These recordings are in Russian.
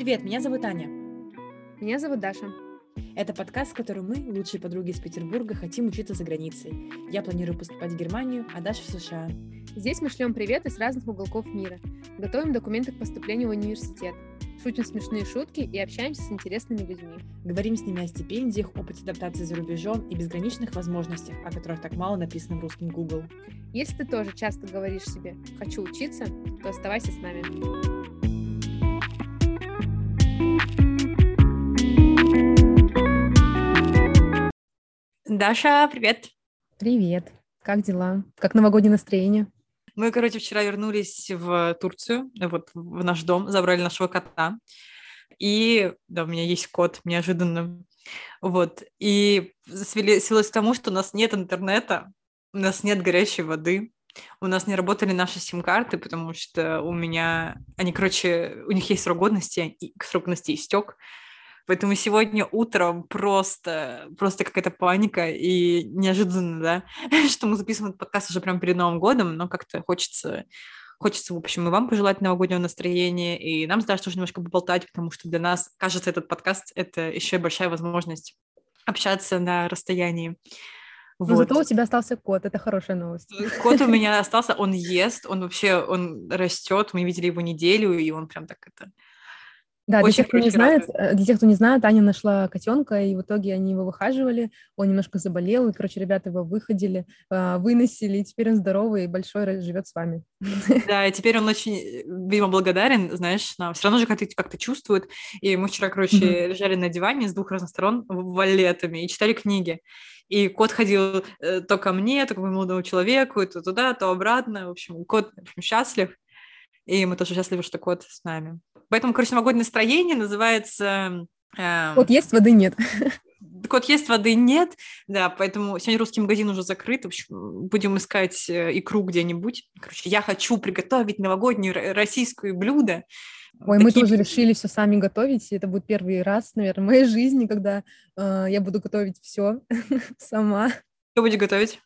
Привет, меня зовут Аня. Меня зовут Даша. Это подкаст, в котором мы, лучшие подруги из Петербурга, хотим учиться за границей. Я планирую поступать в Германию, а Даша в США. Здесь мы шлем приветы с разных уголков мира, готовим документы к поступлению в университет, шутим смешные шутки и общаемся с интересными людьми. Говорим с ними о стипендиях, опыте адаптации за рубежом и безграничных возможностях, о которых так мало написано в русском Google. Если ты тоже часто говоришь себе «хочу учиться», то оставайся с нами. Даша, привет! Привет! Как дела? Как новогоднее настроение? Мы, вчера вернулись в Турцию, вот в наш дом, забрали нашего кота. И, да, у меня есть кот, неожиданно. Вот. И свелось к тому, что у нас нет интернета, у нас нет горячей воды, у нас не работали наши сим-карты, потому что у них есть срок годности, и срок годности истек. Поэтому сегодня утром просто какая-то паника, и неожиданно, да, что мы записываем этот подкаст уже прямо перед Новым годом, но как-то хочется, в общем, и вам пожелать новогоднего настроения, и нам с Дашей тоже немножко поболтать, потому что для нас, кажется, этот подкаст — это еще и большая возможность общаться на расстоянии. Но зато у тебя остался кот, это хорошая новость. Кот у меня остался, он ест, он растет, мы видели его неделю, и он прям так это... Да, для тех, кто не знает, Аня нашла котенка, и в итоге они его выхаживали, он немножко заболел, и, ребята его выходили, выносили, и теперь он здоровый и большой, живет с вами. Да, и теперь он очень, видимо, благодарен, знаешь, нам все равно же как-то чувствует, и мы вчера, лежали на диване с двух разных сторон валетами и читали книги, и кот ходил то ко мне, то к моему молодому человеку, и то туда, то обратно, в общем, кот счастлив, и мы тоже счастливы, что кот с нами. Поэтому, новогоднее настроение называется... Кот есть, воды нет. Кот есть, воды нет, да, поэтому сегодня русский магазин уже закрыт, в общем, будем искать икру где-нибудь. Я хочу приготовить новогоднее российское блюдо. Ой, мы тоже решили все сами готовить, и это будет первый раз, наверное, в моей жизни, когда я буду готовить все сама. Что будете готовить?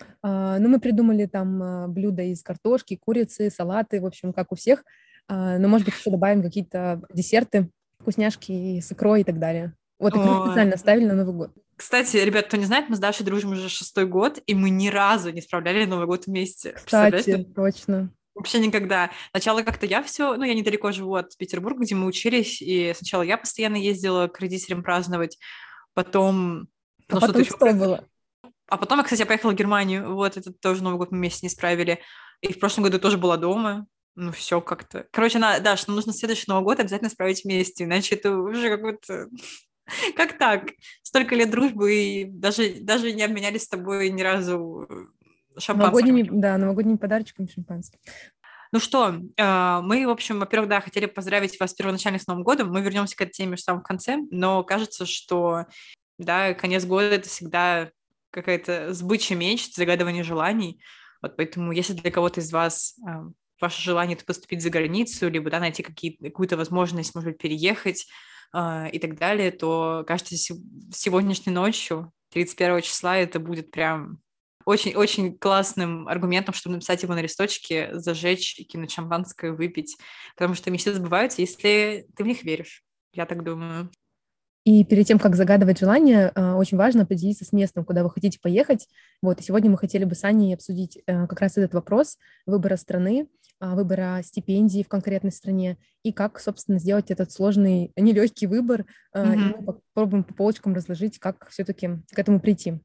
Мы придумали там блюда из картошки, курицы, салаты, в общем, как у всех. Но, может быть, еще добавим какие-то десерты, вкусняшки с икрой и так далее. Вот икру специально оставили на Новый год. Кстати, ребят, кто не знает, мы с Дашей дружим уже 6-й год, и мы ни разу не справляли Новый год вместе. Кстати, точно. Вообще никогда. Сначала как-то я недалеко живу от Петербурга, где мы учились, и сначала я постоянно ездила к родителям праздновать, потом... Потом что было? А потом, кстати, я поехала в Германию, вот, это тоже Новый год мы вместе не справили, и в прошлом году тоже была дома, все как-то. Даш, нам нужно следующий Новый год обязательно справить вместе, иначе это уже какой-то... Как так? Столько лет дружбы, и даже не обменялись с тобой ни разу шампанским. Новогодним подарочком шампанским. Ну что, мы, в общем, во-первых, да, хотели поздравить вас первоначально с Новым годом, мы вернемся к этой теме в самом конце, но кажется, что, да, конец года — это всегда какая-то сбыча мечт, загадывание желаний, вот поэтому если для кого-то из вас ваше желание — это поступить за границу, либо, да, найти какую-то возможность, может быть, переехать, и так далее, то, кажется, сегодняшней ночью, 31 числа, это будет прям очень-очень классным аргументом, чтобы написать его на листочке, зажечь, кинуть шампанское, выпить, потому что мечты сбываются, если ты в них веришь, я так думаю. И перед тем, как загадывать желание, очень важно определиться с местом, куда вы хотите поехать. Вот, и сегодня мы хотели бы с Аней обсудить как раз этот вопрос выбора страны, выбора стипендий в конкретной стране и как, собственно, сделать этот сложный, нелегкий выбор. И мы попробуем по полочкам разложить, как все-таки к этому прийти.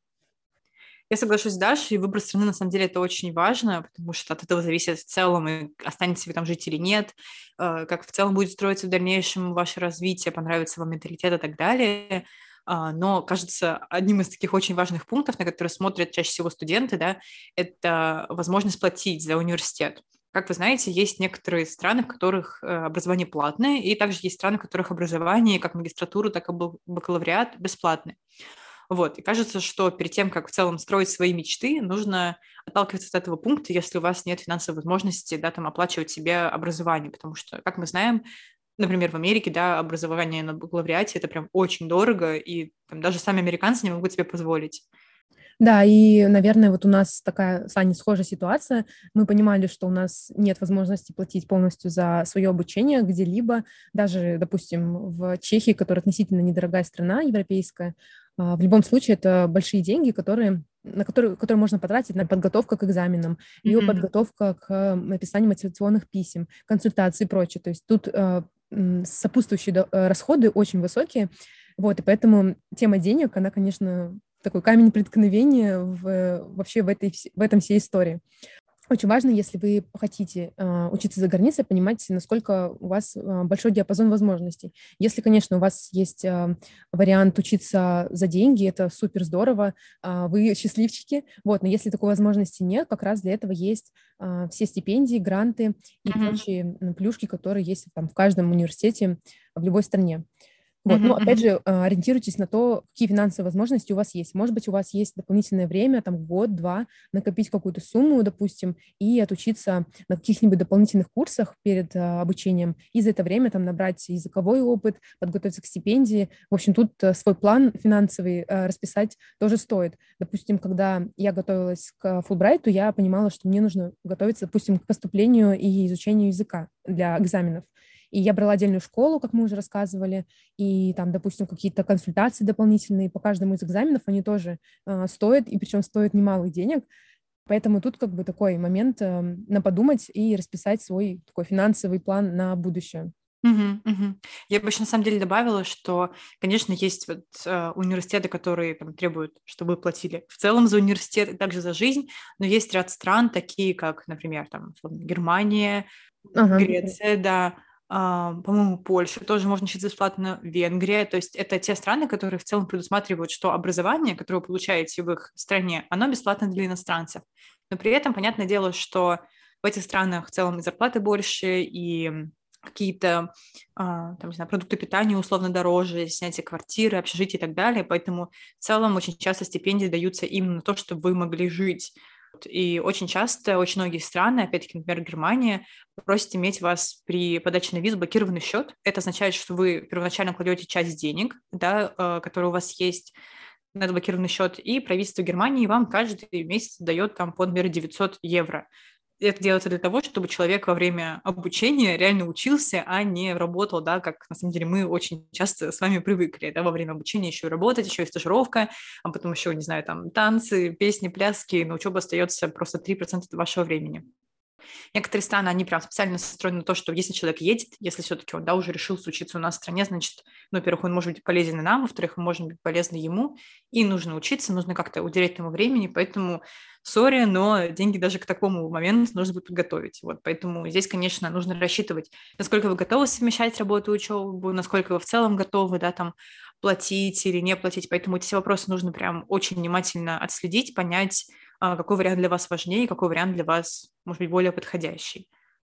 Я соглашусь с Дашей, выбор страны, на самом деле, это очень важно, потому что от этого зависит в целом, и останетесь вы там жить или нет, как в целом будет строиться в дальнейшем ваше развитие, понравится вам менталитет и так далее. Но, кажется, одним из таких очень важных пунктов, на которые смотрят чаще всего студенты, да, это возможность платить за университет. Как вы знаете, есть некоторые страны, в которых образование платное, и также есть страны, в которых образование, как магистратура, так и бакалавриат, бесплатное. Вот, и кажется, что перед тем, как в целом строить свои мечты, нужно отталкиваться от этого пункта, если у вас нет финансовой возможности, да, там, оплачивать себе образование, потому что, как мы знаем, например, в Америке, да, образование на бакалавриате — это прям очень дорого, и там, даже сами американцы не могут себе позволить. Да, и, наверное, вот у нас такая, с Аней, схожая ситуация. Мы понимали, что у нас нет возможности платить полностью за свое обучение где-либо, даже, допустим, в Чехии, которая относительно недорогая страна европейская. В любом случае, это большие деньги, которые можно потратить на подготовку к экзаменам, ее подготовка к написанию мотивационных писем, консультации и прочее. То есть тут сопутствующие расходы очень высокие. Вот, и поэтому тема денег, она, конечно, такой камень преткновения вообще в этом всей истории. Очень важно, если вы хотите учиться за границей, понимать, насколько у вас большой диапазон возможностей. Если, конечно, у вас есть вариант учиться за деньги, это супер здорово, вы счастливчики. Вот, но если такой возможности нет, как раз для этого есть все стипендии, гранты и прочие плюшки, которые есть там в каждом университете в любой стране. Вот, ну, опять же, ориентируйтесь на то, какие финансовые возможности у вас есть. Может быть, у вас есть дополнительное время, там, год-два, накопить какую-то сумму, допустим, и отучиться на каких-нибудь дополнительных курсах перед обучением, и за это время там набрать языковой опыт, подготовиться к стипендии. В общем, тут свой план финансовый расписать тоже стоит. Допустим, когда я готовилась к Фулбрайту, я понимала, что мне нужно готовиться, допустим, к поступлению и изучению языка для экзаменов. И я брала отдельную школу, как мы уже рассказывали, и там, допустим, какие-то консультации дополнительные по каждому из экзаменов, они тоже стоят, и причем стоят немалых денег. Поэтому тут как бы такой момент на подумать и расписать свой такой финансовый план на будущее. Я бы еще на самом деле добавила, что, конечно, есть вот университеты, которые там требуют, чтобы вы платили в целом за университет и также за жизнь, но есть ряд стран, такие как, например, там, Германия, Греция, да, по-моему, Польша, тоже можно учиться бесплатно, Венгрия. То есть это те страны, которые в целом предусматривают, что образование, которое вы получаете в их стране, оно бесплатно для иностранцев. Но при этом, понятное дело, что в этих странах в целом и зарплаты больше, и какие-то там, не знаю, продукты питания условно дороже, снятие квартиры, общежития и так далее. Поэтому в целом очень часто стипендии даются именно на то, чтобы вы могли жить. И очень часто, очень многие страны, опять-таки, например, Германия, просят иметь вас при подаче на визу блокированный счет. Это означает, что вы первоначально кладете часть денег, да, которые у вас есть на блокированный счет, и правительство Германии вам каждый месяц дает там, например, 900 евро. Это делается для того, чтобы человек во время обучения реально учился, а не работал, да, как на самом деле мы очень часто с вами привыкли, да, во время обучения еще и работать, еще и стажировка, а потом еще, не знаю, там танцы, песни, пляски, на учебу остается просто 3% вашего времени. Некоторые страны, они прям специально настроены на то, что если человек едет, если все-таки он, да, уже решил учиться у нас в стране, значит, ну, во-первых, он может быть полезен и нам, во-вторых, он может быть полезен ему, и нужно учиться, нужно как-то уделять ему времени, поэтому, сори, но деньги даже к такому моменту нужно будет подготовить. Вот, поэтому здесь, конечно, нужно рассчитывать, насколько вы готовы совмещать работу и учебу, насколько вы в целом готовы, да, там, платить или не платить, поэтому эти все вопросы нужно прям очень внимательно отследить, понять, какой вариант для вас важнее, какой вариант для вас, может быть, более подходящий.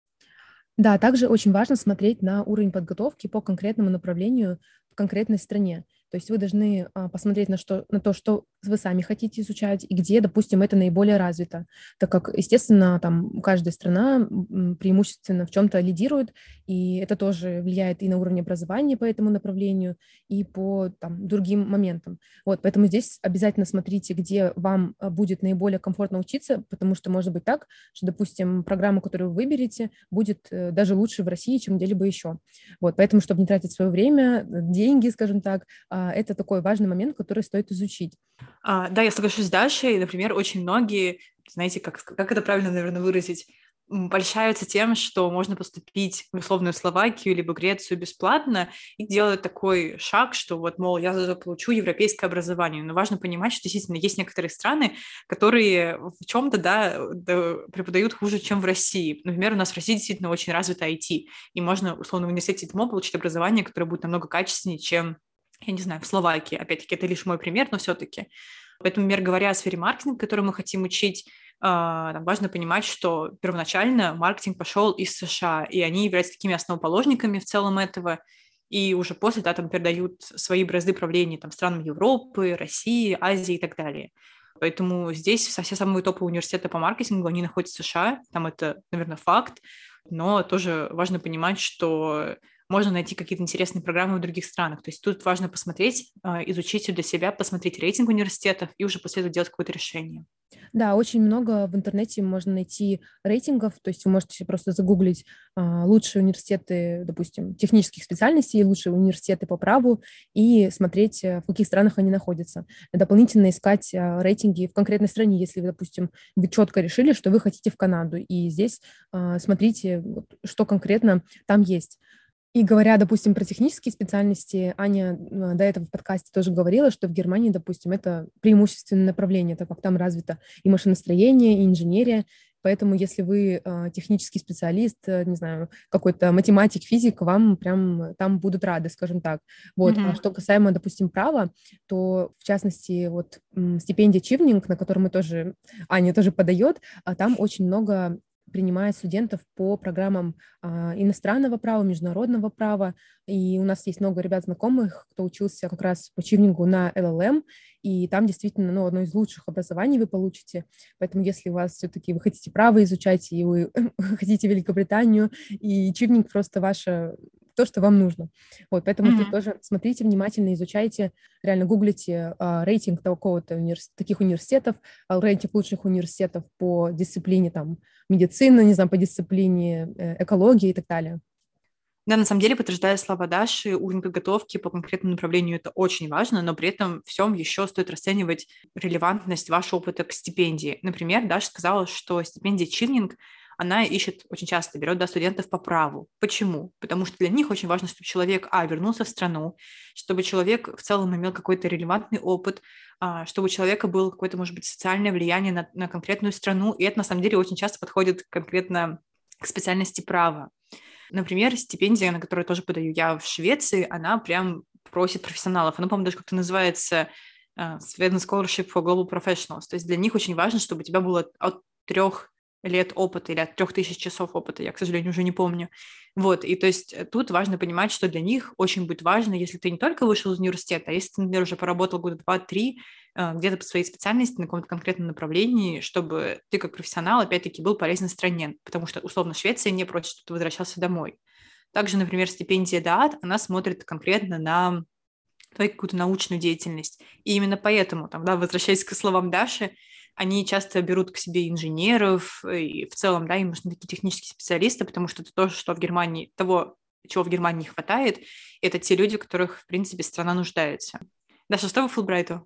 Да, также очень важно смотреть на уровень подготовки по конкретному направлению в конкретной стране. То есть вы должны посмотреть на то, что вы сами хотите изучать, и где, допустим, это наиболее развито, так как, естественно, там каждая страна преимущественно в чем-то лидирует, и это тоже влияет и на уровень образования по этому направлению, и по там, другим моментам. Вот, поэтому здесь обязательно смотрите, где вам будет наиболее комфортно учиться, потому что может быть так, что, допустим, программу, которую вы выберете, будет даже лучше в России, чем где-либо еще. Вот, поэтому, чтобы не тратить свое время, деньги, скажем так, это такой важный момент, который стоит изучить. Да, я соглашусь с Дашей. Например, очень многие, знаете, как это правильно, наверное, выразить, польщаются тем, что можно поступить в условную Словакию либо Грецию бесплатно и делают такой шаг, что вот, мол, я заполучу европейское образование. Но важно понимать, что действительно есть некоторые страны, которые в чем-то, да, преподают хуже, чем в России. Например, у нас в России действительно очень развито IT, и можно, условно, в университете ТМО получить образование, которое будет намного качественнее, чем, я не знаю, в Словакии. Опять-таки, это лишь мой пример, но все-таки. Поэтому, например, говоря о сфере маркетинга, которую мы хотим учить, важно понимать, что первоначально маркетинг пошел из США, и они являются такими основоположниками в целом этого, и уже после, да, там передают свои бразды правления там, странам Европы, России, Азии и так далее. Поэтому здесь все самые топовые университеты по маркетингу, они находятся в США, там это, наверное, факт, но тоже важно понимать, что можно найти какие-то интересные программы в других странах. То есть тут важно посмотреть, изучить всё для себя, посмотреть рейтинг университетов и уже после этого делать какое-то решение. Да, очень много в интернете можно найти рейтингов, то есть вы можете просто загуглить лучшие университеты, допустим, технических специальностей, лучшие университеты по праву и смотреть, в каких странах они находятся. Дополнительно искать рейтинги в конкретной стране, если, допустим, вы четко решили, что вы хотите в Канаду, и здесь смотрите, что конкретно там есть. И говоря, допустим, про технические специальности, Аня до этого в подкасте тоже говорила, что в Германии, допустим, это преимущественное направление, так как там развито и машиностроение, и инженерия. Поэтому если вы технический специалист, не знаю, какой-то математик, физик, вам прям там будут рады, скажем так. Вот. А что касаемо, допустим, права, то, в частности, вот стипендия Чивнинг, на которую мы тоже, Аня тоже подает, там очень много принимает студентов по программам иностранного права, международного права. И у нас есть много ребят знакомых, кто учился как раз по Чивнингу на LLM, и там действительно одно из лучших образований вы получите. Поэтому если у вас все-таки вы хотите право изучать, и вы хотите Великобританию, и Чивнинг просто ваше то, что вам нужно. Вот, поэтому тут тоже смотрите внимательно, изучайте, реально гуглите рейтинг таких университетов, рейтинг лучших университетов по дисциплине там медицины, не знаю, по дисциплине экологии и так далее. Да, на самом деле, подтверждая слова Даши, уровень подготовки по конкретному направлению – это очень важно, но при этом всем еще стоит расценивать релевантность вашего опыта к стипендии. Например, Даша сказала, что стипендия Чивнинг она ищет очень часто, берет студентов по праву. Почему? Потому что для них очень важно, чтобы человек, вернулся в страну, чтобы человек в целом имел какой-то релевантный опыт, чтобы у человека было какое-то, может быть, социальное влияние на конкретную страну, и это, на самом деле, очень часто подходит конкретно к специальности права. Например, стипендия, на которую тоже подаю я в Швеции, она прям просит профессионалов. Она, по-моему, даже как-то называется Sweden Scholarship for Global Professionals. То есть для них очень важно, чтобы у тебя было от 3 лет опыта или от 3000 часов опыта, я, к сожалению, уже не помню. Вот, и то есть тут важно понимать, что для них очень будет важно, если ты не только вышел из университета, а если ты, например, уже поработал года 2-3 где-то по своей специальности на каком-то конкретном направлении, чтобы ты как профессионал, опять-таки, был полезен стране, потому что, условно, Швеция не просит, чтобы ты возвращался домой. Также, например, стипендия ДААТ, она смотрит конкретно на твою какую-то научную деятельность. И именно поэтому, возвращаясь к словам Даши, они часто берут к себе инженеров и в целом, им нужны такие технические специалисты, потому что это то, что в Германии, того, чего в Германии не хватает, это те люди, в которых, в принципе, страна нуждается. Даша, что по Фулбрайту?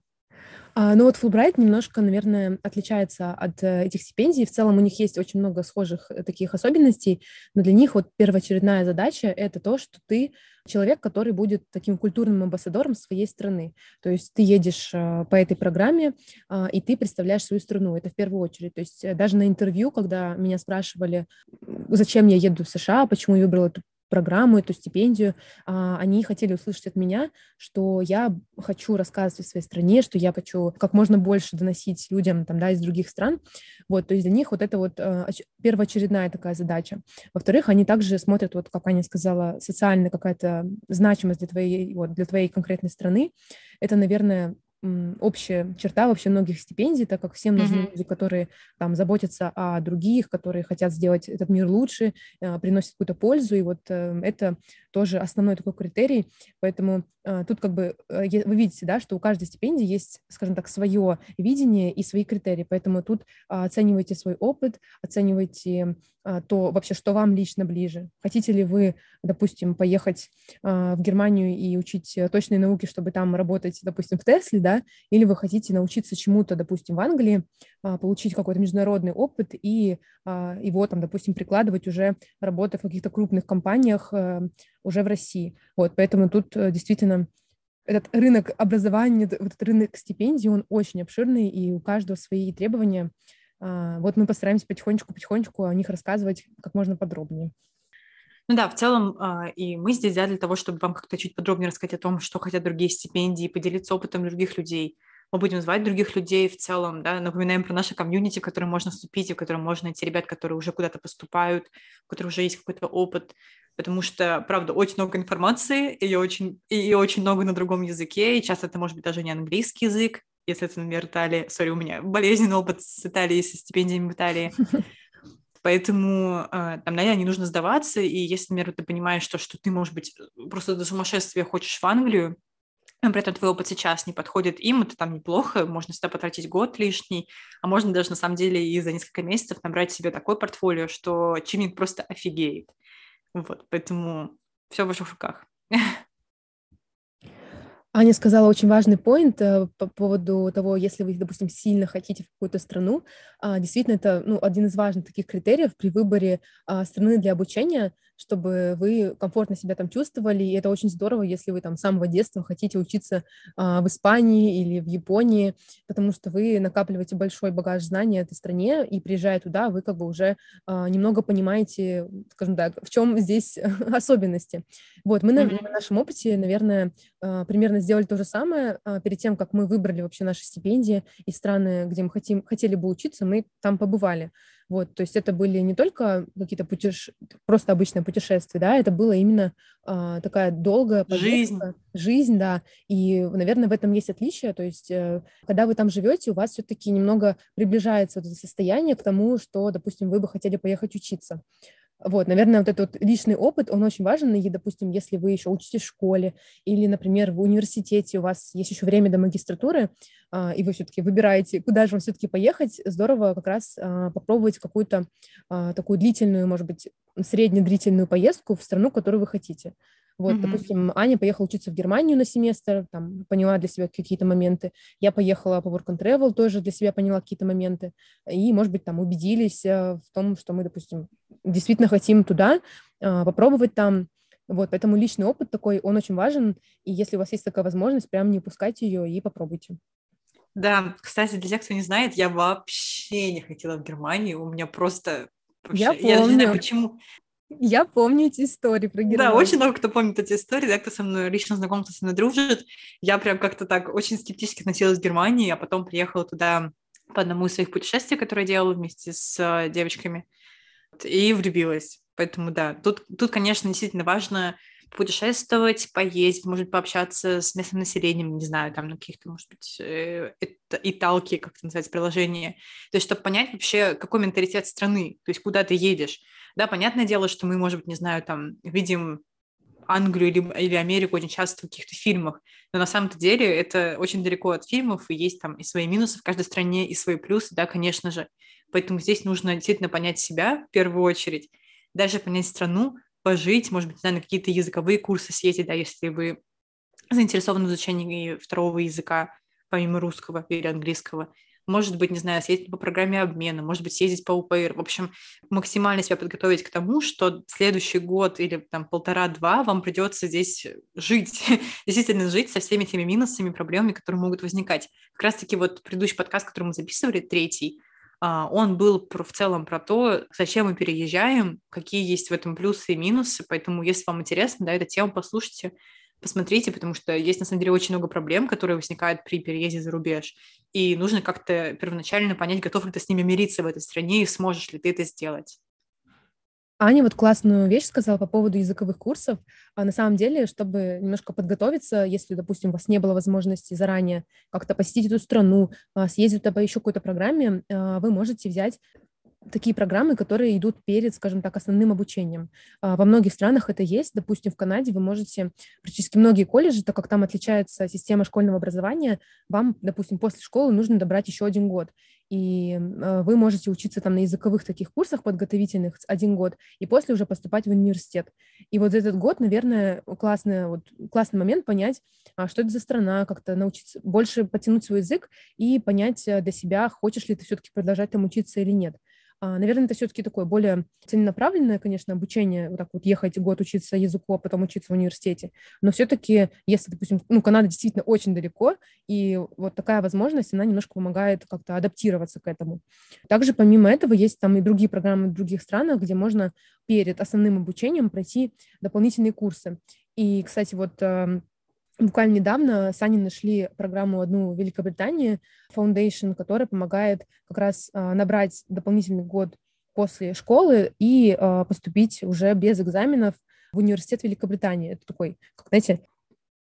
Фулбрайт немножко, наверное, отличается от этих стипендий. В целом у них есть очень много схожих таких особенностей, но для них первоочередная задача – это то, что ты человек, который будет таким культурным амбассадором своей страны. То есть ты едешь по этой программе, и ты представляешь свою страну. Это в первую очередь. То есть даже на интервью, когда меня спрашивали, зачем я еду в США, почему я выбрала эту программу, эту стипендию, они хотели услышать от меня, что я хочу рассказывать о своей стране, что я хочу как можно больше доносить людям из других стран. Вот, то есть для них это первоочередная такая задача. Во-вторых, они также смотрят, как Аня сказала, социальная какая-то значимость для твоей конкретной страны. Это, наверное, общая черта вообще многих стипендий, так как всем нужны люди, которые заботятся о других, которые хотят сделать этот мир лучше, приносят какую-то пользу, и это тоже основной такой критерий. Поэтому тут вы видите, что у каждой стипендии есть, скажем так, свое видение и свои критерии, поэтому тут оценивайте свой опыт, оценивайте то вообще, что вам лично ближе. Хотите ли вы, допустим, поехать в Германию и учить точные науки, чтобы там работать, допустим, в Тесле, или вы хотите научиться чему-то, допустим, в Англии, получить какой-то международный опыт и его допустим, прикладывать уже, работая в каких-то крупных компаниях уже в России. Поэтому тут действительно этот рынок образования, этот рынок стипендий, он очень обширный, и у каждого свои требования. Мы постараемся потихонечку о них рассказывать как можно подробнее. В целом, и мы здесь для того, чтобы вам как-то чуть подробнее рассказать о том, что хотят другие стипендии, поделиться опытом других людей. Мы будем звать других людей в целом, напоминаем про наше комьюнити, в которое можно вступить, в котором можно найти ребят, которые уже куда-то поступают, у которых уже есть какой-то опыт, потому что, правда, очень много информации, и очень много на другом языке, и часто это может быть даже не английский язык, если это, например, Италия. У меня болезненный опыт с Италией, со стипендиями в Италии. Поэтому там, наверное, не нужно сдаваться, и если, например, ты понимаешь, что ты, может быть, просто до сумасшествия хочешь в Англию, но при этом твой опыт сейчас не подходит им, это там неплохо, можно сюда потратить год лишний, а можно даже на самом деле и за несколько месяцев набрать себе такое портфолио, что чиник просто офигеет. Вот, поэтому все в ваших руках. Аня сказала очень важный поинт по поводу того, если вы, допустим, сильно хотите в какую-то страну. Действительно, это один из важных таких критериев при выборе страны для обучения, чтобы вы комфортно себя там чувствовали. И это очень здорово, если вы там с самого детства хотите учиться в Испании или в Японии, потому что вы накапливаете большой багаж знаний о этой стране, и приезжая туда, вы как бы уже немного понимаете, скажем так, в чем здесь особенности. Вот, мы на нашем опыте, наверное, примерно сделали то же самое. Перед тем, как мы выбрали вообще наши стипендии и страны, где мы хотели бы учиться, мы там побывали. Вот, то есть это были не только какие-то просто обычные путешествия, да, это было именно такая долгая Жизнь. поездка, жизнь, да, и, наверное, в этом есть отличие, то есть когда вы там живете, у вас все-таки немного приближается вот это состояние к тому, что, допустим, вы бы хотели поехать учиться. Вот, наверное, вот этот вот личный опыт, он очень важен, и, допустим, если вы еще учитесь в школе или, например, в университете, у вас есть еще время до магистратуры, и вы все-таки выбираете, куда же вам все-таки поехать, здорово как раз попробовать какую-то такую длительную, может быть, среднедлительную поездку в страну, которую вы хотите. Вот, допустим, Аня поехала учиться в Германию на семестр, там, поняла для себя какие-то моменты. Я поехала по Work and Travel, тоже для себя поняла какие-то моменты. И, может быть, там убедились в том, что мы, допустим, действительно хотим туда попробовать там. Вот, поэтому личный опыт такой, он очень важен. И если у вас есть такая возможность, прям не упускайте ее и попробуйте. Да, кстати, для тех, кто не знает, я вообще не хотела в Германию. У меня просто Я вообще... Я даже не знаю, помню. почему. Я помню эти истории про Да, Германию. очень много кто помнит эти истории, да, кто со мной лично знаком, кто со мной дружит. Я прям как-то так очень скептически относилась к Германии, а потом приехала туда по одному из своих путешествий, которые я делала вместе с девочками, и влюбилась. Поэтому да, тут, конечно, действительно важно путешествовать, поесть, может пообщаться с местным населением, не знаю, там на каких-то, может быть, италки, как это называется, приложения. То есть, чтобы понять вообще, какой менталитет страны, то есть, куда ты едешь. Да, понятное дело, что мы, может быть, не знаю, там, видим Англию или Америку очень часто в каких-то фильмах, но на самом-то деле это очень далеко от фильмов, и есть там и свои минусы в каждой стране, и свои плюсы, да, конечно же. Поэтому здесь нужно действительно понять себя в первую очередь, даже понять страну, пожить, может быть, не знаю, на какие-то языковые курсы съездить, да, если вы заинтересованы в изучении второго языка, помимо русского или английского. Может быть, не знаю, съездить по программе обмена, может быть, съездить по УПР. В общем, максимально себя подготовить к тому, что следующий год или там полтора-два вам придется здесь жить, действительно жить со всеми теми минусами, проблемами, которые могут возникать. Как раз-таки вот предыдущий подкаст, который мы записывали, третий, он был в целом про то, зачем мы переезжаем, какие есть в этом плюсы и минусы. Поэтому, если вам интересно, да, эту тему послушайте, посмотрите, потому что есть, на самом деле, очень много проблем, которые возникают при переезде за рубеж. И нужно как-то первоначально понять, готов ли ты с ними мириться в этой стране и сможешь ли ты это сделать. Аня вот классную вещь сказала по поводу языковых курсов. На самом деле, чтобы немножко подготовиться, если, допустим, у вас не было возможности заранее как-то посетить эту страну, съездить по еще какой-то программе, вы можете взять такие программы, которые идут перед, скажем так, основным обучением. Во многих странах это есть. Допустим, в Канаде вы можете, практически многие колледжи, так как там отличается система школьного образования, вам, допустим, после школы нужно добрать еще 1 год. И вы можете учиться там на языковых таких курсах подготовительных 1 год, и после уже поступать в университет. И вот этот год, наверное, классный момент понять, что это за страна, как-то научиться больше потянуть свой язык и понять для себя, хочешь ли ты все-таки продолжать там учиться или нет. Наверное, это все-таки такое более целенаправленное, конечно, обучение, вот так вот ехать год учиться языку, а потом учиться в университете. Но все-таки, если, допустим, Канада действительно очень далеко, и вот такая возможность, она немножко помогает как-то адаптироваться к этому. Также, помимо этого, есть там и другие программы в других странах, где можно перед основным обучением пройти дополнительные курсы. И, кстати, вот буквально недавно с Аней нашли программу одну в Великобритании, Foundation, которая помогает как раз набрать дополнительный год после школы и поступить уже без экзаменов в университет Великобритании. Это такой, как, знаете,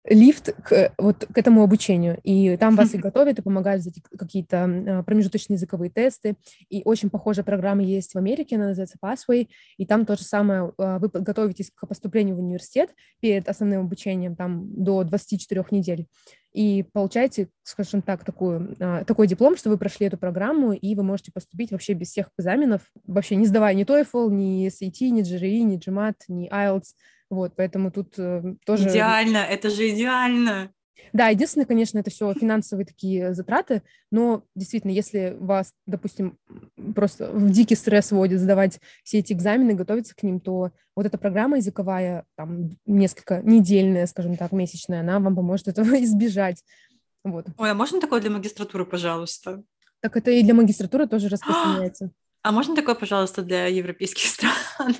лифт вот к этому обучению. И там вас и готовят, и помогают сдать какие-то промежуточные языковые тесты. И очень похожая программа есть в Америке, она называется Pathway. И там то же самое. Вы готовитесь к поступлению в университет перед основным обучением там, до 24 недель. И получаете, скажем так, такой диплом, что вы прошли эту программу, и вы можете поступить вообще без всех экзаменов, вообще не сдавая ни TOEFL, ни SAT, ни GRE, ни GMAT, ни IELTS. Вот, поэтому тут тоже... Идеально, это же идеально. Да, единственное, конечно, это все финансовые такие затраты, но действительно, если вас, допустим, просто в дикий стресс вводит сдавать все эти экзамены, готовиться к ним, то вот эта программа языковая, там, несколько недельная, скажем так, месячная, она вам поможет этого избежать. Вот. Ой, а можно такое для магистратуры, пожалуйста? Так это и для магистратуры тоже распространяется. А можно такое, пожалуйста, для европейских стран?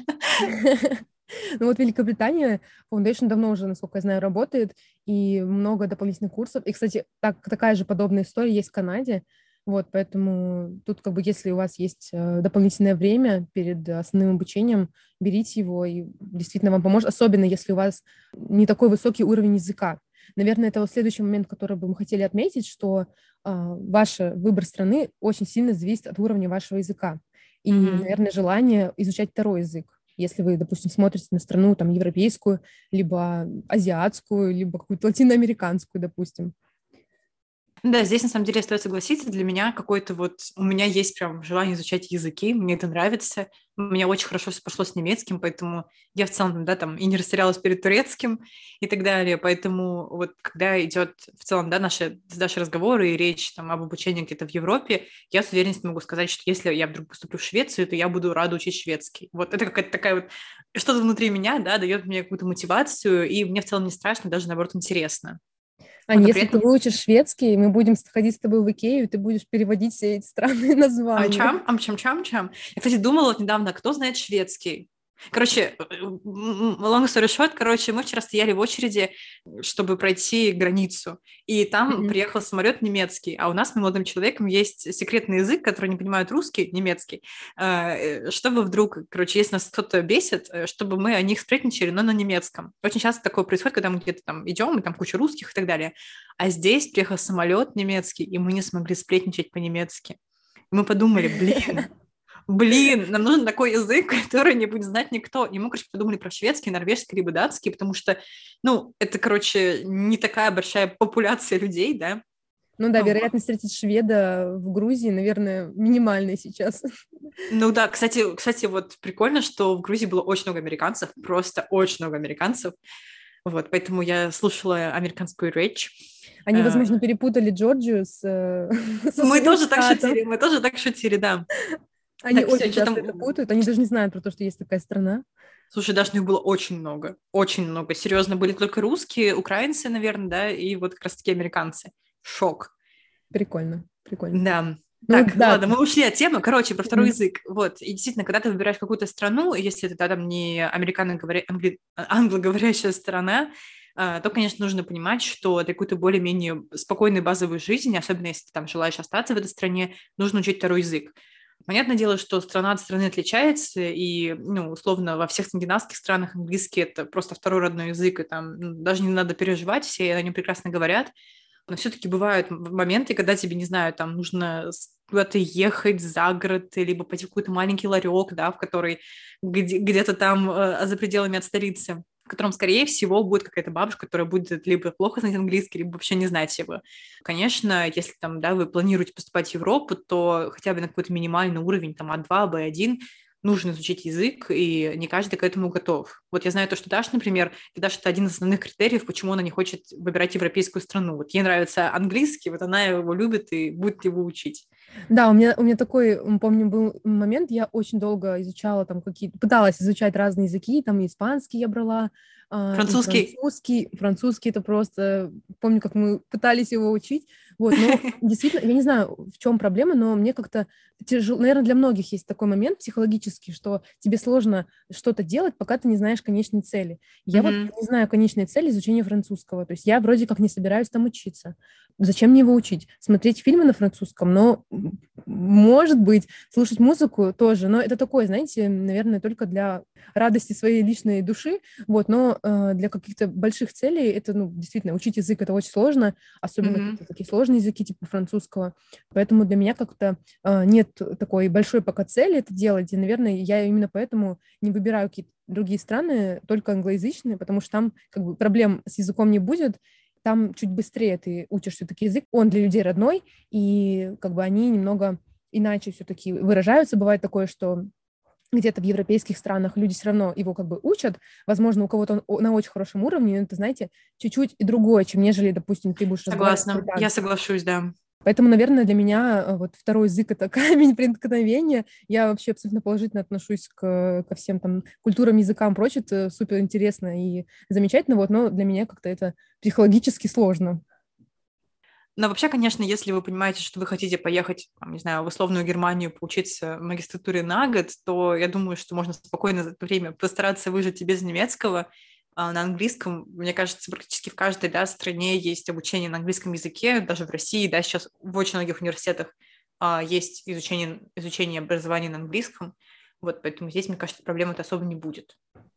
Ну вот Великобритания, Foundation давно уже, насколько я знаю, работает, и много дополнительных курсов. И, кстати, такая же подобная история есть в Канаде. Вот, поэтому тут как бы если у вас есть дополнительное время перед основным обучением, берите его, и действительно вам поможет, особенно если у вас не такой высокий уровень языка. Наверное, это вот следующий момент, который бы мы хотели отметить, что ваш выбор страны очень сильно зависит от уровня вашего языка. И, наверное, желание изучать второй язык. Если вы, допустим, смотрите на страну там европейскую, либо азиатскую, либо какую-то латиноамериканскую, допустим. Да, здесь на самом деле стоит согласиться, для меня какой-то вот, у меня есть прям желание изучать языки, мне это нравится, у меня очень хорошо все пошло с немецким, поэтому я в целом, да, там и не растерялась перед турецким и так далее, поэтому вот когда идет в целом, да, наши с Дашей разговоры и речь там об обучении где-то в Европе, я с уверенностью могу сказать, что если я вдруг поступлю в Швецию, то я буду рада учить шведский. Вот это какая-то такая вот, что-то внутри меня, да, дает мне какую-то мотивацию, и мне в целом не страшно, даже наоборот интересно. Аня, если ты выучишь шведский, мы будем ходить с тобой в Икею, и ты будешь переводить все эти странные названия. Амчам. Я, кстати, думала вот недавно, кто знает шведский. Короче, long story short, мы вчера стояли в очереди, чтобы пройти границу, и там приехал самолет немецкий, а у нас с молодым человеком есть секретный язык, который не понимают русский, немецкий, чтобы вдруг, если нас кто-то бесит, чтобы мы о них сплетничали, но на немецком. Очень часто такое происходит, когда мы где-то там идем, и там куча русских и так далее, а здесь приехал самолет немецкий, и мы не смогли сплетничать по-немецки. Мы подумали, нам нужен такой язык, который не будет знать никто. И мы, подумали про шведский, норвежский, либо датский, потому что, это, не такая большая популяция людей, да. Ну да, вероятность встретить шведа в Грузии, наверное, минимальная сейчас. Ну да, кстати, вот прикольно, что в Грузии было очень много американцев, просто очень много американцев. Вот, поэтому я слушала американскую речь. Они, возможно, перепутали Джорджию с Мы тоже так шутили, да. Они очень часто это путают, они даже не знают про то, что есть такая страна. Слушай, даже их было очень много. Серьезно, были только русские, украинцы, наверное, да, и вот как раз-таки американцы. Шок. Прикольно. Да. Так, ладно, мы ушли от темы. Про второй язык. Вот, и действительно, когда ты выбираешь какую-то страну, если это там не англоговорящая страна, то, конечно, нужно понимать, что для какой-то более-менее спокойной базовой жизни, особенно если ты там желаешь остаться в этой стране, нужно учить второй язык. Понятное дело, что страна от страны отличается, и, условно, во всех скандинавских странах английский – это просто второй родной язык, и там даже не надо переживать, все о нем прекрасно говорят. Но все-таки бывают моменты, когда тебе, не знаю, там нужно куда-то ехать за город, либо пойти в какой-то маленький ларек, да, в который где-то там за пределами от столицы, в котором, скорее всего, будет какая-то бабушка, которая будет либо плохо знать английский, либо вообще не знать его. Конечно, если там, да, вы планируете поступать в Европу, то хотя бы на какой-то минимальный уровень, там, А2, Б1, нужно изучить язык, и не каждый к этому готов. Вот я знаю то, что Даша, например, Даша, это один из основных критериев, почему она не хочет выбирать европейскую страну. Вот ей нравится английский, вот она его любит и будет его учить. Да, у меня такой, помню, был момент, я очень долго изучала там пыталась изучать разные языки, там испанский я брала, французский это просто, помню, как мы пытались его учить, Вот, но действительно, я не знаю, в чем проблема, но мне как-то тяжело, наверное, для многих есть такой момент психологический, что тебе сложно что-то делать, пока ты не знаешь конечной цели. Я вот Мгм. не знаю конечной цели изучения французского, то есть я вроде как не собираюсь там учиться. Зачем мне его учить? Смотреть фильмы на французском, но, может быть, слушать музыку тоже, но это такое, знаете, наверное, только для радости своей личной души, вот, но для каких-то больших целей это, ну, действительно, учить язык это очень сложно, особенно Мгм. какие-то такие сложные языки типа французского. Поэтому для меня как-то нет такой большой пока цели это делать. И, наверное, я именно поэтому не выбираю какие-то другие страны, только англоязычные, потому что там как бы проблем с языком не будет. Там чуть быстрее ты учишь все-таки язык. Он для людей родной, и как бы они немного иначе все-таки выражаются. Бывает такое, что где-то в европейских странах люди все равно его как бы учат. Возможно, у кого-то он на очень хорошем уровне, но это, знаете, чуть-чуть и другое, чем нежели, допустим, ты будешь разговаривать Согласна. Я по-британски. соглашусь, да. Поэтому, наверное, для меня вот второй язык — это камень преткновения. Я вообще абсолютно положительно отношусь ко всем там культурам, языкам, прочее. Это супер интересно и замечательно, вот, но для меня как-то это психологически сложно. Но вообще, конечно, если вы понимаете, что вы хотите поехать, там, не знаю, в условную Германию поучиться в магистратуре на год, то я думаю, что можно спокойно за это время постараться выжить и без немецкого. На английском, мне кажется, практически в каждой, да, стране есть обучение на английском языке, даже в России, да, сейчас в очень многих университетах есть изучение образования на английском. Вот, поэтому здесь, мне кажется, проблемы-то особо не будет.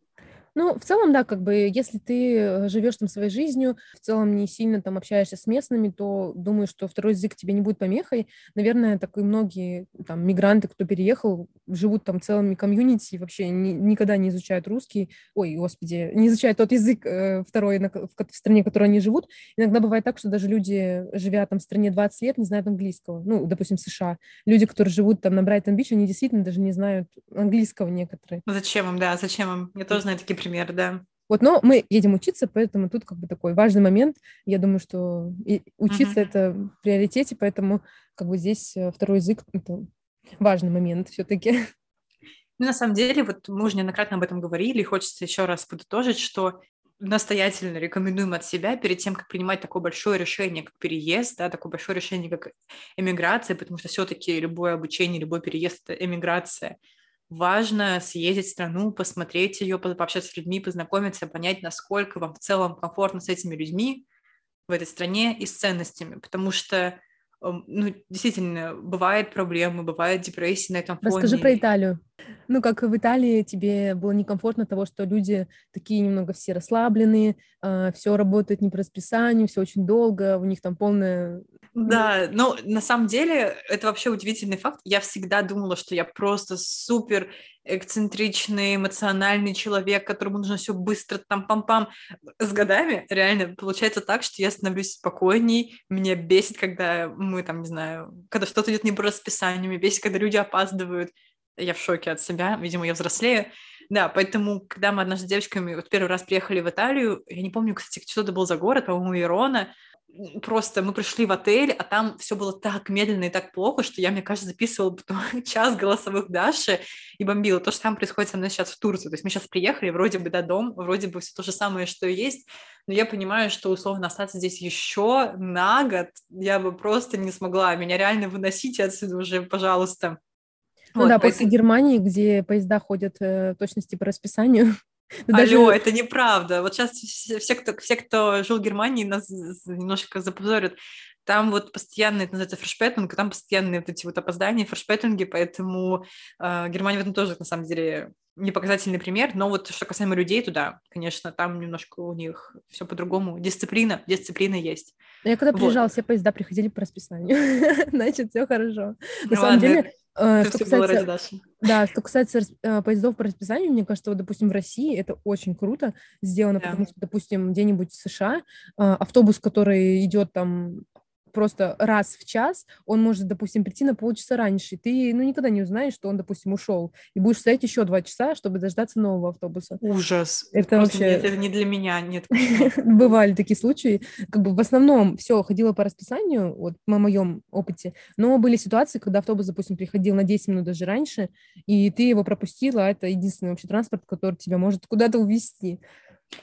Ну, в целом, да, как бы, если ты живешь там своей жизнью, в целом не сильно там общаешься с местными, то думаю, что второй язык тебе не будет помехой. Наверное, так и многие там мигранты, кто переехал, живут там целыми комьюнити, вообще никогда не изучают русский, ой, господи, не изучают тот язык второй в стране, в которой они живут. Иногда бывает так, что даже люди, живя там в стране 20 лет, не знают английского. Ну, допустим, США. Люди, которые живут там на Брайтон-Бич, они действительно даже не знают английского некоторые. Ну, зачем им, да, зачем им? Я тоже знаю такие примеры, да. Вот, но мы едем учиться, поэтому тут как бы такой важный момент. Я думаю, что и учиться Мгм. это в приоритете, поэтому как бы здесь второй язык это важный момент все-таки. Ну, на самом деле, вот мы уже неоднократно об этом говорили, и хочется еще раз подытожить, что настоятельно рекомендуем от себя перед тем, как принимать такое большое решение, как переезд, да, такое большое решение, как эмиграция, потому что все-таки любое обучение, любой переезд — это эмиграция. Важно съездить в страну, посмотреть ее, пообщаться с людьми, познакомиться, понять, насколько вам в целом комфортно с этими людьми в этой стране и с ценностями, потому что, ну, действительно, бывают проблемы, бывает депрессия на этом Расскажи про фоне. Италию. Ну, как в Италии тебе было некомфортно того, что люди такие немного все расслабленные, все работает не по расписанию, все очень долго, у них там полная... Да, но на самом деле это вообще удивительный факт. Я всегда думала, что я просто супер эксцентричный, эмоциональный человек, которому нужно все быстро там пам-пам. С годами реально получается так, что я становлюсь спокойней. Меня бесит, когда мы там, не знаю, когда что-то идет не по расписанию, меня бесит, когда люди опаздывают. Я в шоке от себя, видимо, я взрослею. Да, поэтому, когда мы однажды с девочками вот первый раз приехали в Италию, я не помню, кстати, что это был за город, по-моему, Верона, просто мы пришли в отель, а там все было так медленно и так плохо, что я, мне кажется, записывала потом час голосовых Даши и бомбила. То, что там происходит со мной сейчас в Турции. То есть мы сейчас приехали, вроде бы, дом, вроде бы все то же самое, что и есть, но я понимаю, что условно остаться здесь еще на год я бы просто не смогла. Меня реально выносите отсюда уже, пожалуйста. Ну да, Вот, после поэтому... Германии, где поезда ходят точности по расписанию, да Алло, даже это неправда. Вот сейчас все, кто жил в Германии, нас немножко запозорят. Там вот постоянно, это называется фрешпетинг, и там постоянные вот эти вот опоздания, фрешпетинги, поэтому Германия в этом тоже, на самом деле, не показательный пример. Но вот что касаемо людей, то да, конечно, там немножко у них все по-другому. Дисциплина есть. я когда Вот. приезжала, все поезда приходили по расписанию. Значит, все хорошо. На Ну самом ладно, деле, это что все было ради касается, Даши. да, что касается поездов по расписанию, мне кажется, вот, допустим, в России это очень круто сделано, Да. потому что, допустим, где-нибудь в США автобус, который идет там просто раз в час, он может, допустим, прийти на полчаса раньше. Ты, ну, никогда не узнаешь, что он, допустим, ушел. И будешь стоять еще 2 часа, чтобы дождаться нового автобуса. Ужас. Это Просто нет, вообще это не для меня. Нет, кошмар. бывали такие случаи. Как бы в основном все ходило по расписанию, вот на моем опыте, но были ситуации, когда автобус, допустим, приходил на 10 минут даже раньше, и ты его пропустила, а это единственный вообще транспорт, который тебя может куда-то увезти.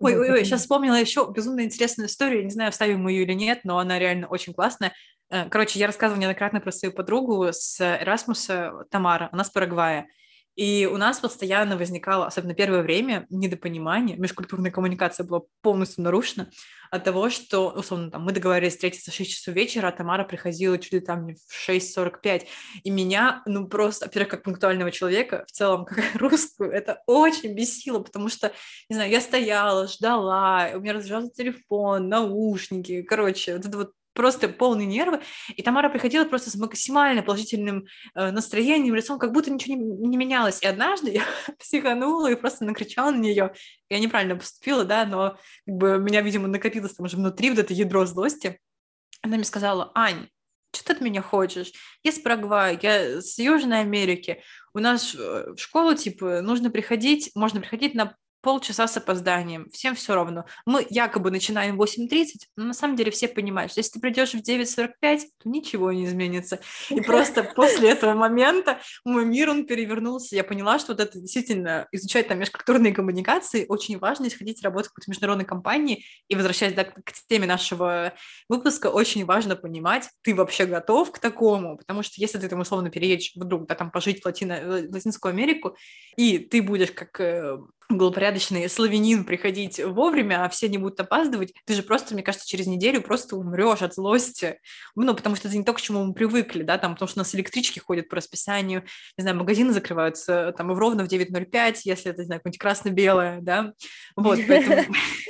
Ой, Вот, ой, ой, поэтому... сейчас вспомнила еще безумно интересную историю, не знаю, вставим мы ее или нет, но она реально очень классная. Короче, я рассказывала неоднократно про свою подругу с Эрасмуса, Тамара, она с Парагвая. И у нас постоянно возникало, особенно первое время, недопонимание, межкультурная коммуникация была полностью нарушена от того, что, условно, там, мы договорились встретиться в 6 часов вечера, а Тамара приходила чуть ли там не в 6:45. И меня, ну, просто, во-первых, как пунктуального человека, в целом, как русскую, это очень бесило, потому что, не знаю, я стояла, ждала, у меня разряжался телефон, наушники, короче, вот это вот просто полные нервы, и Тамара приходила просто с максимально положительным настроением, лицом, как будто ничего не менялось. И однажды я психанула и просто накричала на нее. Я неправильно поступила, да, но как бы меня, видимо, накопилось там уже внутри вот это ядро злости. Она мне сказала: Ань, что ты от меня хочешь? Я с Парагвая, я с Южной Америки. У нас в школу, типа, нужно приходить, можно приходить на полчаса с опозданием. Всем все равно. Мы якобы начинаем в 8:30, но на самом деле все понимают, что если ты придешь в 9:45, то ничего не изменится. И просто после этого момента мой мир, он перевернулся. Я поняла, что вот это действительно изучать там межкультурные коммуникации очень важно, если хотите работать в какой-то международной компании. И возвращаясь, да, к теме нашего выпуска, очень важно понимать, ты вообще готов к такому, потому что если ты там условно переедешь вдруг, да, там пожить в Латинскую Америку, и ты будешь как благопорядочный славянин приходить вовремя, а все не будут опаздывать, ты же просто, мне кажется, через неделю просто умрешь от злости. Ну, потому что это не то, к чему мы привыкли, да, там, потому что у нас электрички ходят по расписанию, не знаю, магазины закрываются там ровно в 9:05, если это, не знаю, какое-нибудь красно-белое, да, вот, поэтому...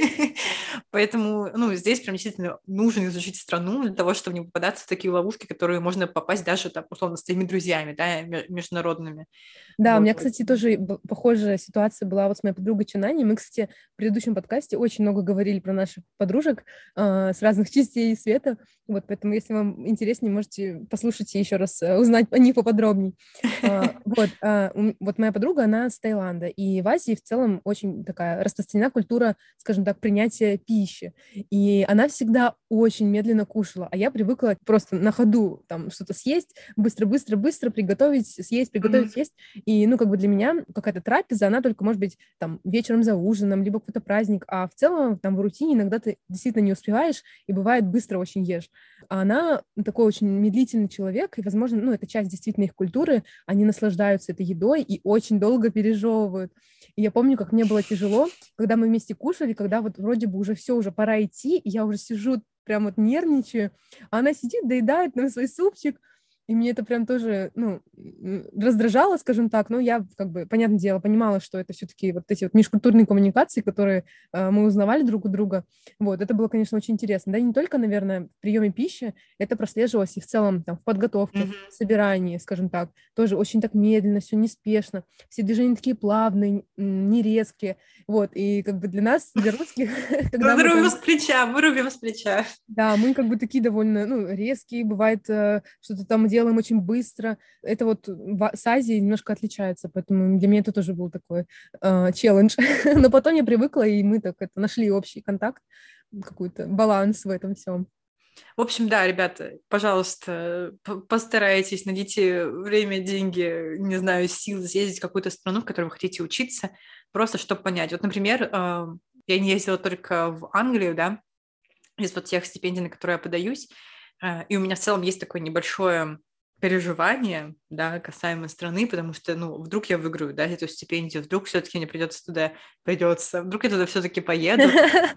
Поэтому, ну, здесь прям действительно нужно изучить страну для того, чтобы не попадаться в такие ловушки, которые можно попасть даже, там, условно, с твоими друзьями, да, международными. Да, у Вот. меня, кстати, тоже похожая ситуация была вот с моей подругой Чинани. Мы, кстати, в предыдущем подкасте очень много говорили про наших подружек с разных частей света. Вот, поэтому, если вам интереснее, можете послушать и еще раз узнать о них поподробнее. Вот моя подруга, она с Таиланда, и в Азии в целом очень такая распространена культура, скажем так, принятия пищи. И она всегда очень медленно кушала, а я привыкла просто на ходу там что-то съесть, быстро-быстро-быстро приготовить, съесть, приготовить, съесть. И, ну, как бы для меня какая-то трапеза, она только может быть там вечером за ужином, либо какой-то праздник, а в целом там в рутине иногда ты действительно не успеваешь, и бывает быстро очень ешь. А она такой очень медлительный человек, и, возможно, ну, это часть действительно их культуры, они наслаждаются этой едой и очень долго пережевывают. И я помню, как мне было тяжело, когда мы вместе кушали, когда вот вроде бы уже все, уже пора идти, и я уже сижу, прям вот нервничаю, а она сидит, доедает нам свой супчик, и мне это прям тоже, ну, раздражало, скажем так, но я, как бы, понятное дело, понимала, что это все-таки вот эти вот межкультурные коммуникации, которые мы узнавали друг у друга. Вот, это было, конечно, очень интересно. Да, и не только, наверное, в приеме пищи, это прослеживалось и в целом там в подготовке, в собирании, скажем так, тоже очень так медленно, все неспешно, все движения такие плавные, не резкие, вот, и как бы для нас, для русских, когда Мы мы рубим там... с плеча, мы рубим с плеча. Да, мы как бы такие довольно, ну, резкие, бывает, что-то там делаем очень быстро. Это вот с Азией немножко отличается, поэтому для меня это тоже был такой челлендж. Но потом я привыкла, и мы так это нашли общий контакт, какой-то баланс в этом всем. В общем, да, ребята, пожалуйста, постарайтесь, найдите время, деньги, не знаю, силы съездить в какую-то страну, в которой вы хотите учиться, просто чтобы понять. Вот, например, я не ездила только в Англию, да, из вот тех стипендий, на которые я подаюсь, и у меня в целом есть такое небольшое переживание, да, касаемо страны, потому что, ну, вдруг я выиграю, да, эту стипендию, вдруг все-таки мне вдруг я туда все-таки поеду,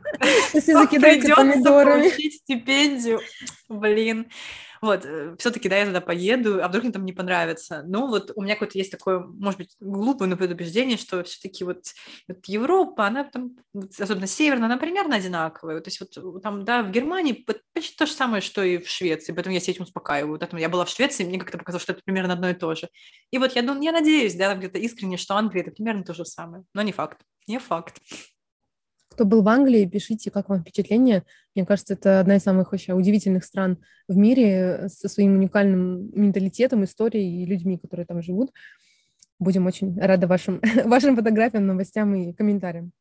Если закидайте придется помидорами. получить стипендию, блин. Вот, все-таки, да, я туда поеду, а вдруг мне там не понравится. Ну, вот у меня какое-то есть такое, может быть, глупое, но предубеждение, что все-таки вот Европа, она там, особенно северная, она примерно одинаковая. То есть вот там, да, в Германии почти то же самое, что и в Швеции, поэтому я себя этим успокаиваю. Вот это, я была в Швеции, и мне как-то показалось, что это примерно одно и то же. И вот я думаю, я надеюсь, да, где-то искренне, что Англия — это примерно то же самое. Но не факт, не факт. Кто был в Англии, пишите, как вам впечатление. Мне кажется, это одна из самых вообще удивительных стран в мире со своим уникальным менталитетом, историей и людьми, которые там живут. Будем очень рады вашим фотографиям, новостям и комментариям.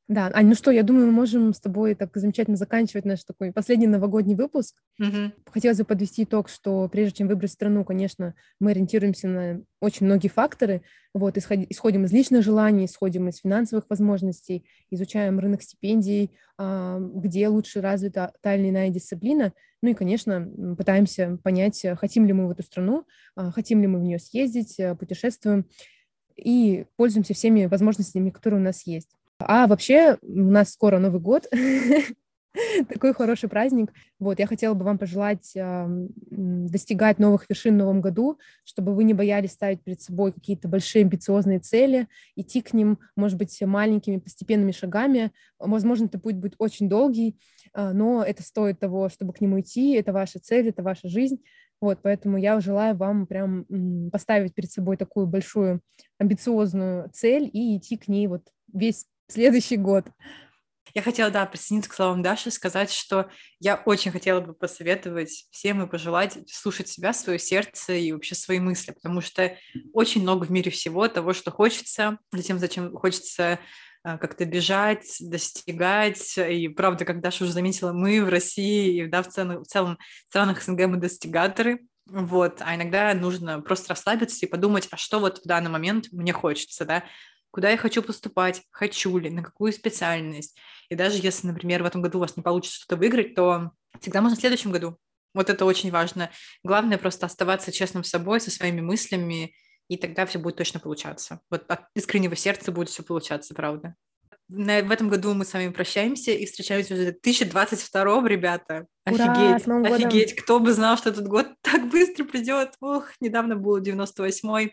Да, Ань, ну что, я думаю, мы можем с тобой так замечательно заканчивать наш такой последний новогодний выпуск. Мгм. Хотелось бы подвести итог, что прежде чем выбрать страну, конечно, мы ориентируемся на очень многие факторы. Вот, исходим из личных желаний, исходим из финансовых возможностей, изучаем рынок стипендий, где лучше развита та или иная дисциплина. Ну и, конечно, пытаемся понять, хотим ли мы в эту страну, хотим ли мы в нее съездить, путешествуем и пользуемся всеми возможностями, которые у нас есть. А вообще, у нас скоро Новый год, такой хороший праздник. Вот, я хотела бы вам пожелать достигать новых вершин в новом году, чтобы вы не боялись ставить перед собой какие-то большие амбициозные цели, идти к ним, может быть, маленькими постепенными шагами. Возможно, это путь будет очень долгий, но это стоит того, чтобы к нему идти. Это ваша цель, это ваша жизнь. Вот, поэтому я желаю вам прям поставить перед собой такую большую амбициозную цель и идти к ней вот весь следующий год. Я хотела, да, присоединиться к словам Даши, сказать, что я очень хотела бы посоветовать всем и пожелать слушать себя, свое сердце и вообще свои мысли, потому что очень много в мире всего того, что хочется, затем, зачем хочется как-то бежать, достигать. И правда, как Даша уже заметила, мы в России, и да, в целом в странах СНГ мы достигаторы. Вот, а иногда нужно просто расслабиться и подумать, а что вот в данный момент мне хочется, да, куда я хочу поступать, хочу ли, на какую специальность. И даже если, например, в этом году у вас не получится что-то выиграть, то всегда можно в следующем году. Вот это очень важно. Главное просто оставаться честным с собой, со своими мыслями, и тогда все будет точно получаться. Вот от искреннего сердца будет все получаться, правда. В этом году мы с вами прощаемся и встречаемся уже в 2022, ребята. Ура, с Офигеть, Новым годом! офигеть. Кто бы знал, что этот год так быстро придет. Ох, недавно был 98-й.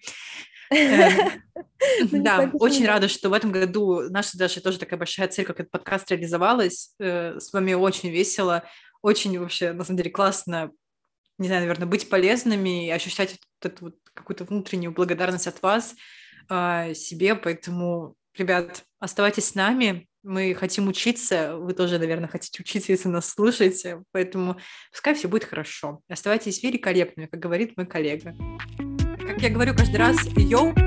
Ну, не Да, так уж и очень много. рада, что в этом году наша даже тоже такая большая цель, как этот подкаст реализовалась. С вами очень весело, очень вообще, на самом деле, классно, не знаю, наверное, быть полезными и ощущать вот эту вот какую-то внутреннюю благодарность от вас себе. Поэтому, ребят, оставайтесь с нами. Мы хотим учиться. Вы тоже, наверное, хотите учиться, если нас слушаете. Поэтому пускай все будет хорошо. Оставайтесь великолепными, как говорит мой коллега. Как я говорю каждый раз, йоу,